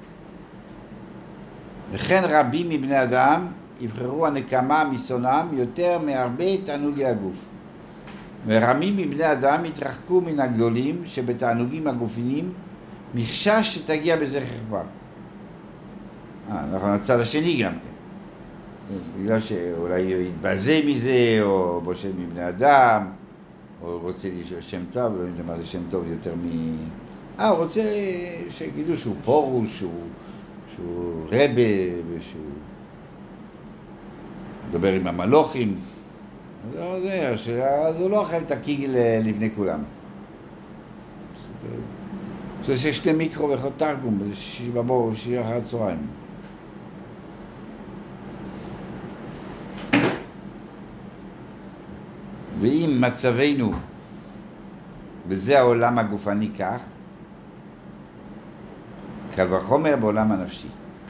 וכן רבים מבני אדם יבחרו הנקמה משונאם יותר מהרבה תענוגי הגוף. ורמים מבני אדם יתרחקו מן הגדולים שבתענוגים הגופניים מחשש שתגיע בזה חרפה. אה, נכון, הצד השני גם כן. בגלל שאולי יתבזה מזה, או בושל מבני אדם, או רוצה לשאול שם טוב, לא יודע מה זה שם טוב יותר מ... אה, הוא רוצה שיגידו שהוא פורוש, שהוא, שהוא רבה, ושהוא מדבר עם המלוכים. לא יודע, אז הוא לא אוכל את הקיגל לפני כולם. זה שיש שתי מיקרו ואחד תרגום, זה שישי בבוא, שישי אחר הצהריים. ואם מצבנו בזה העולם הגופני כך, קל וחומר בעולם הנפשי.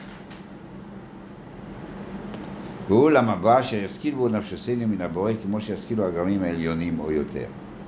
והוא עולם הבא אשר ישכיל בו נפשותינו מן הבורא כמו שישכילו הגרמים העליונים או יותר.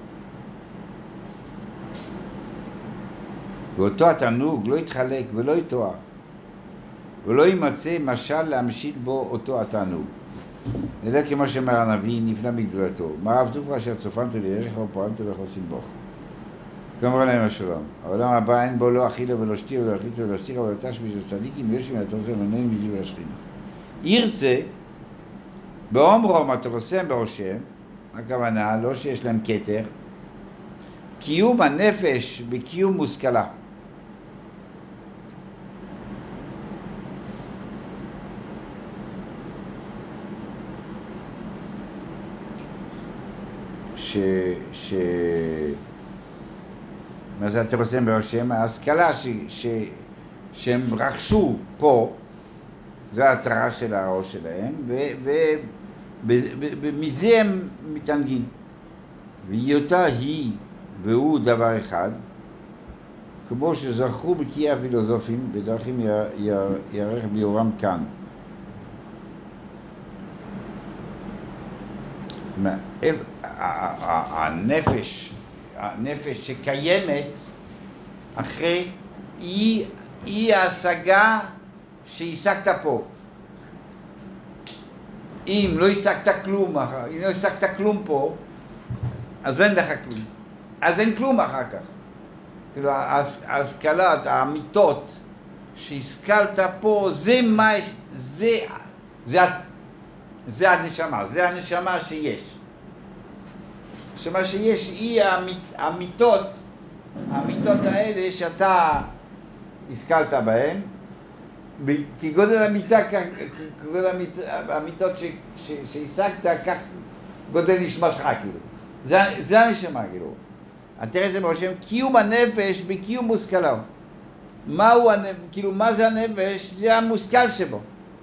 ואותו התענוג לא יתחלק ולא יתואר, ולא יימצא משל להמשיל בו אותו התענוג. אלא כמו שאומר הנביא, נפנה בגדולתו. מה רב טובך אשר צופנת לירך ופועלת ולחוסים בוך. כאמר להם השלום. העולם הבא אין בו לא אכילו ולא שתיו ולא אחיצו ולא סירה ולא תשמי של צדיקים ויושבים מהתורסם ונעים מזיו ולשכינו. ירצה, באומרו מה תורסם בראשם, הכוונה לא שיש להם כתר, קיום הנפש בקיום מושכלה. ש... ש... מה זה אתה עושה בראשם? ההשכלה ש... ש... שהם רכשו פה, זו ההתראה של הראש שלהם, ומזה ו... הם מתענגים. והיותה היא והוא דבר אחד, כמו שזכרו בקיאי הפילוסופים, בדרכים יערך ביורם כאן. הנפש, הנפש שקיימת אחרי היא, היא ההשגה שהשגת פה. אם לא השגת כלום, אם לא השגת כלום פה, אז אין לך כלום. אז אין כלום אחר כך. כאילו, ההשכלת, האמיתות שהשכלת פה, זה מה, זה, זה, זה הנשמה, זה הנשמה שיש. שמה שיש היא האמיתות, האמיתות האלה שאתה השכלת בהן, כי גודל המיטה, גודל האמיתות שהשגת, כך גודל נשמתך, כאילו. זה, זה הנשמה, כאילו. תראה את זה בראשם, קיום הנפש בקיום מושכלו. מהו הנפש, כאילו, מה זה הנפש? זה המושכל שבו.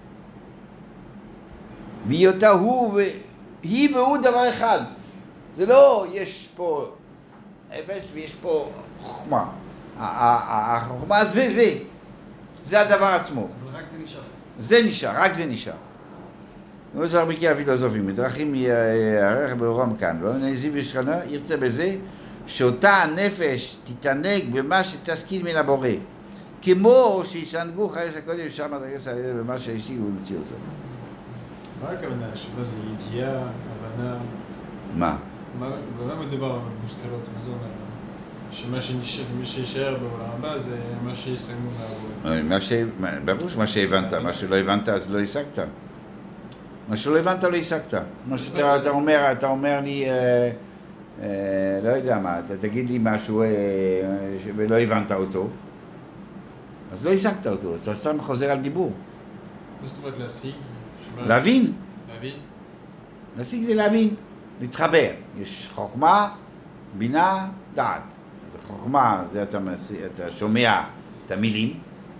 בהיותה הוא, היא והוא דבר אחד. זה לא, יש פה נפש ויש פה חוכמה. החוכמה זה זה. זה הדבר עצמו. אבל רק זה נשאר. זה נשאר, רק זה נשאר. לא זר בקיאי הפילוסופים, בדרכים יערך באורם כאן. ונזיב ושכנה ירצה בזה שאותה הנפש תתענג במה שתשכיל מן הבורא, כמו שישענגו חייס הקודם שם הדרגס האלה במה שהשיגו במציאות זאת. מה הכוונה? שמה זה ידיעה, הבנה? מה? במה מדובר במושכלות? מה זה אומר? שמה שישאר בעולם הבא זה מה שיסיימו מהבורא. ברור שמה שהבנת, מה שלא הבנת אז לא השגת. מה שלא הבנת לא השגת. מה שאתה אומר, אתה אומר לי, לא יודע מה, אתה תגיד לי משהו ולא הבנת אותו, אז לא השגת אותו, אתה סתם חוזר על דיבור. מה זאת אומרת להשיג? להבין. להבין? להשיג זה להבין, להתחבר. יש חוכמה, בינה, דעת. חוכמה זה אתה, אתה שומע את המילים,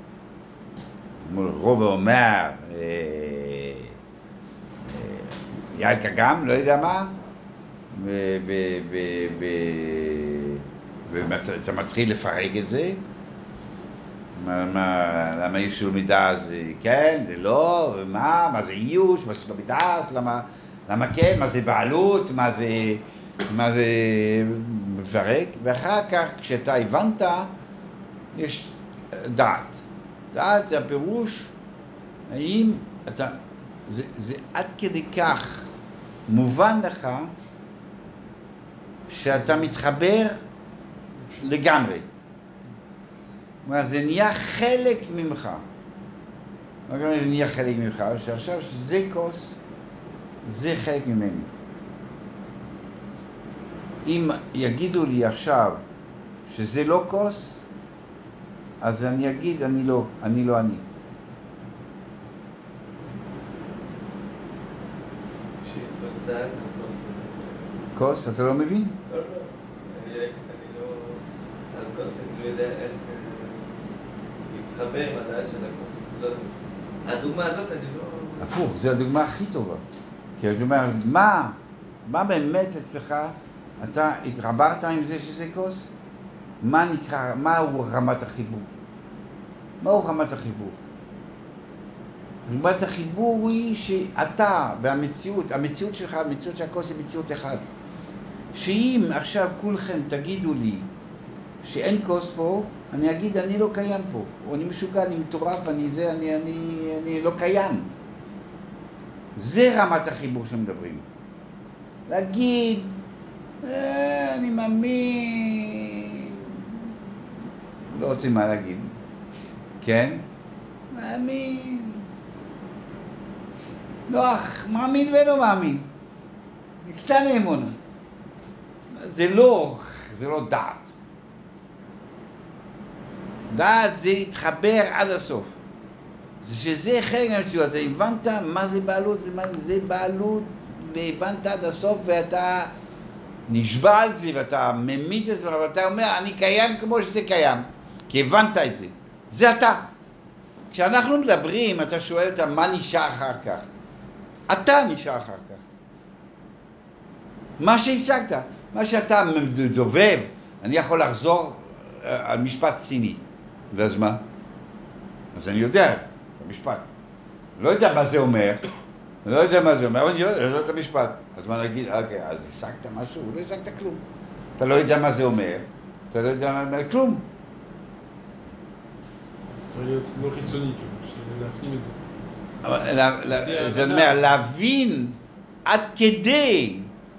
רוב אומר, יעלקה גם, לא יודע מה, ואתה מתחיל לפרק את זה, למה יש לו מידה זה כן, זה לא, ומה, מה זה איוש, מה זה לא מידה, למה כן, מה זה בעלות, מה זה... מה זה מפרק, ואחר כך כשאתה הבנת יש דעת. דעת זה הפירוש, האם אתה, זה, זה עד כדי כך מובן לך שאתה מתחבר לגמרי. זאת אומרת, זה נהיה חלק ממך. זה נהיה חלק ממך, שעכשיו שזה כוס, זה חלק ממני. אם יגידו לי עכשיו שזה לא כוס, אז אני אגיד, אני לא, אני לא אני. שיתפוס דעת על כוס. כוס? אתה לא מבין? לא, לא. אני לא... על כוס אני לא יודע איך להתחבר עם הדעת של הכוס. לא. הדוגמה הזאת אני לא... הפוך, זו הדוגמה הכי טובה. כי אתה אומר, מה, מה באמת אצלך? אתה התחברת עם זה שזה כוס? מה נקרא, מהו רמת החיבור? מהו רמת החיבור? רמת החיבור היא שאתה והמציאות, המציאות שלך, המציאות של הכוס היא מציאות אחת. שאם עכשיו כולכם תגידו לי שאין כוס פה, אני אגיד אני לא קיים פה, או אני משוגע, אני מטורף, אני זה, אני, אני, אני לא קיים. זה רמת החיבור שמדברים. להגיד, אה, אני מאמין, לא רוצים מה להגיד, כן? מאמין, לא, מאמין ולא מאמין, קטן אמונה. זה לא, זה לא דעת. דעת זה להתחבר עד הסוף. זה שזה חלק מהמציאות, אתה הבנת מה זה בעלות, מה זה בעלות, והבנת עד הסוף ואתה נשבע על זה ואתה ממית את זה ואתה אומר אני קיים כמו שזה קיים, כי הבנת את זה. זה אתה. כשאנחנו מדברים אתה שואל אותה מה נשאר אחר כך. אתה נשאר אחר כך. מה שהשגת, מה שאתה מדובב, אני יכול לחזור על משפט סיני. ואז מה? אז אני יודע, המשפט. לא יודע מה זה אומר, אני לא יודע מה זה אומר, אבל אני יודע את המשפט. אז מה נגיד, אוקיי, אז השגת משהו? לא השגת כלום. אתה לא יודע מה זה אומר, אתה לא יודע מה אומר כלום. צריך להיות לא חיצוני, להפנים את זה. אבל זה אומר, להבין עד כדי.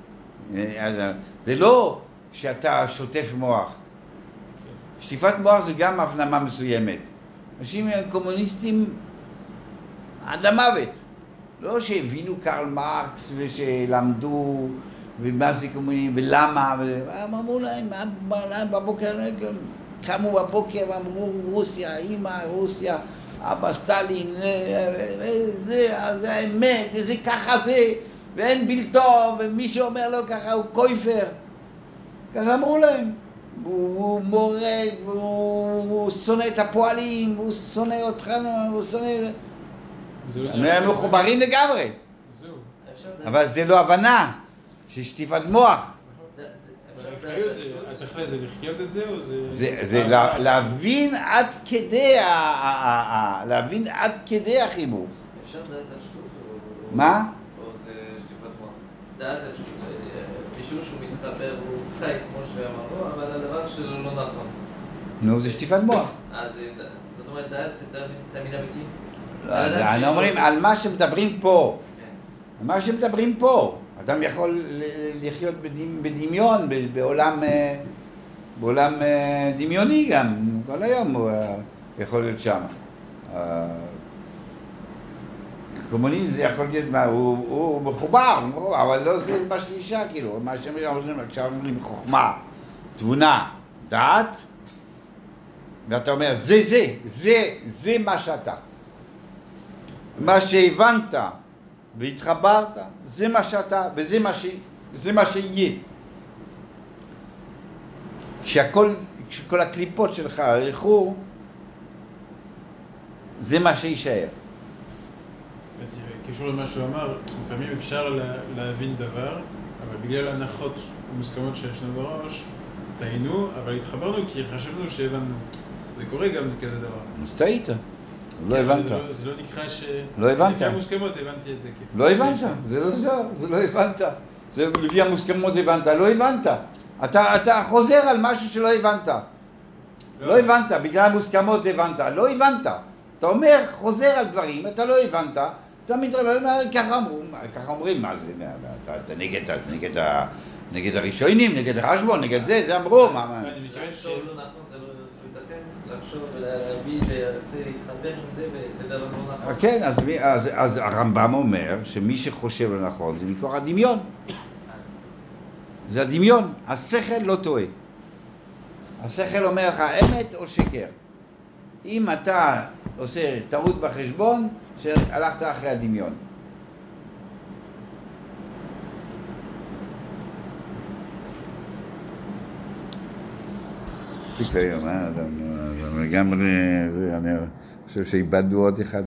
זה לא שאתה שוטף מוח. שטיפת מוח זה גם הפנמה מסוימת. אנשים קומוניסטים עד המוות. לא שהבינו קרל מרקס ושלמדו ומה זה קומוניסטים ולמה. והם אמרו להם, בבוקר, קמו בבוקר ואמרו רוסיה, אמא רוסיה, אבא סטלין, זה, זה האמת, וזה ככה זה, ואין בלתו, ומי שאומר לו ככה הוא קויפר. ככה אמרו להם. הוא מורד, הוא שונא את הפועלים, הוא שונא אותנו, הוא שונא... הם מחוברים לגמרי. אבל זה לא הבנה, ששטיפת מוח. התכל'ס זה לחיות את זה או זה... זה להבין עד כדי, להבין עד כדי החיבור. אפשר דעת על שטות? מה? או זה שטיפת מוח? דעת על שטות, מישהו משהו שהוא מתחבר, הוא חי, כמו שאמרנו, אבל הדבר שלו לא נכון. נו, זה שטיפת מוח. אז זאת אומרת, דעת זה תמיד אמיתי? אנחנו אומרים על מה שמדברים פה. על מה שמדברים פה. אדם יכול לחיות בדמיון, בעולם, בעולם דמיוני גם. כל היום הוא יכול להיות שם. קומוניזם זה יכול להיות מה, הוא, הוא מחובר, אבל לא זה מה שאישה, כאילו, מה שאומרים, עכשיו אומרים חוכמה, תבונה, דעת, ואתה אומר, זה זה, זה, זה מה שאתה. מה שהבנת והתחברת, זה מה שאתה, וזה מה ש... זה מה שיהיה. כשהכל, כשכל הקליפות שלך הלכו, זה מה שישאר. קשור למה שהוא אמר, לפעמים אפשר לה, להבין דבר, אבל בגלל הנחות ומוסכמות שיש לנו בראש, טעינו, אבל התחברנו כי חשבנו שהבנו. זה קורה גם כזה דבר. אז טעית, לא הבנת. זה לא, זה לא נקרא ש... לא הבנת. לפי המוסכמות הבנתי את זה. לא הבנת, זה לא זה, זה לא הבנת. זה לפי המוסכמות הבנת, לא הבנת. אתה, אתה חוזר על משהו שלא הבנת. לא, לא הבנת, בגלל המוסכמות הבנת, לא הבנת. אתה אומר, חוזר על דברים, אתה לא הבנת. אתה מתרבה, ככה אמרו, ככה אומרים, מה זה, אתה, אתה נגד, נגד, נגד הראשונים, נגד הרשבון, נגד זה, זה אמרו, מה, מה. אני מתכוון ש... לחשוב לא נכון, זה לא ייתכן, לחשוב ולהביא שזה להתחבר עם זה ודבר לא נכון. כן, אז, אז, אז הרמב"ם אומר שמי שחושב לא נכון זה מכוח הדמיון. זה הדמיון, השכל לא טועה. השכל אומר לך אמת או שקר. אם אתה עושה טעות בחשבון, שהלכת אחרי הדמיון. תקרא, מה? לגמרי, אני חושב שאיבדנו עוד אחד.